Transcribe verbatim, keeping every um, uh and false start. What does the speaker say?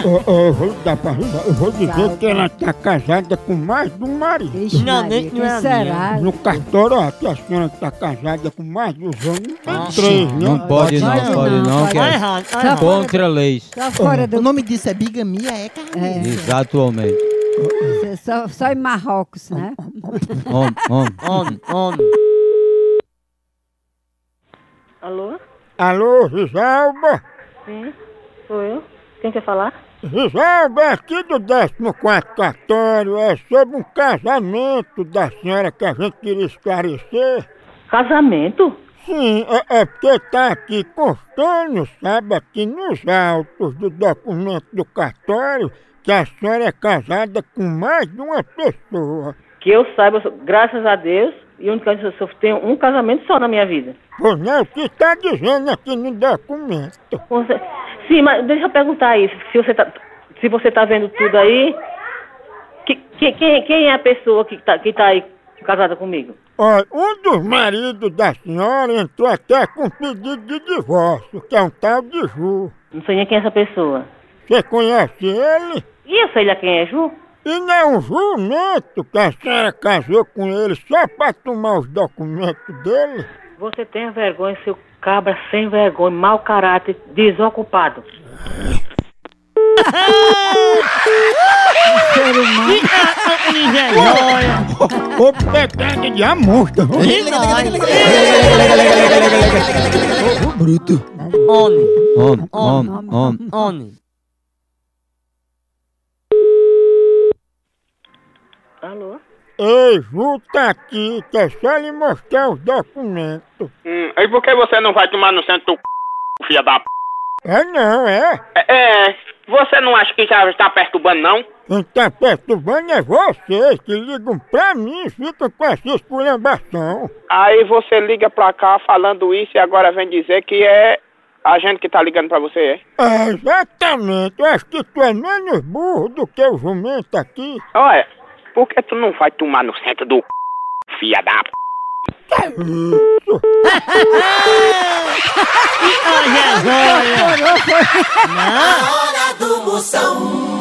Eu, eu vou dar pra ajudar. Eu vou dizer tá, que ela tá casada com mais de um marido. Ixi, não, nem não é será? No cartório, ó, que a senhora tá casada com mais de uns anos. Tem três, né? Não pode não, pode, pode não, não, que é errado, contra a lei. Do... O nome disso é bigamia, é carne. É. Exatamente. Só, só em Marrocos, né? Homem, homem, homem, homem. Alô? Alô, Risalba? Sim, sou eu. Quem quer falar? Risalba, é aqui do décimo quarto cartório, é sobre um casamento da senhora que a gente queria esclarecer. Casamento? Sim, é, é porque tá aqui constando, sabe, aqui nos autos do documento do cartório, que a senhora é casada com mais de uma pessoa. Que eu saiba, graças a Deus, e únicamente eu tenho um casamento só na minha vida. Pois não, o que está dizendo aqui no documento? Você... Sim, mas deixa eu perguntar aí, se você tá, se você tá vendo tudo aí, que, que, quem, quem é a pessoa que tá, que tá aí casada comigo? Olha, um dos maridos da senhora entrou até com pedido de divórcio, que é um tal de Ju. Não sei nem quem é essa pessoa. Você conhece ele? E eu sei lá quem é, Ju? E não é um jumento que a senhora casou com ele só pra tomar os documentos dele? Você tem vergonha, seu cabra sem vergonha, mau caráter, desocupado. Ser humano. Ô, pecado de amostra. Ô, bruto. Homem, homem, homem, homem, homem. Alô? Ei, Ju tá aqui, quer só lhe mostrar os documentos. Hum, e por que você não vai tomar no centro do c... filha da p... É não, é? É, é, você não acha que já está perturbando, não? Quem tá perturbando é vocês, que ligam pra mim e ficam com essa esculhambação. Aí você liga pra cá falando isso e agora vem dizer que é a gente que tá ligando pra você, é? É, exatamente, eu acho que tu é menos burro do que o jumento aqui. Olha, por que tu não vai tomar no centro do c... filha da p... Isso. Olha, olha. A hora do Moção.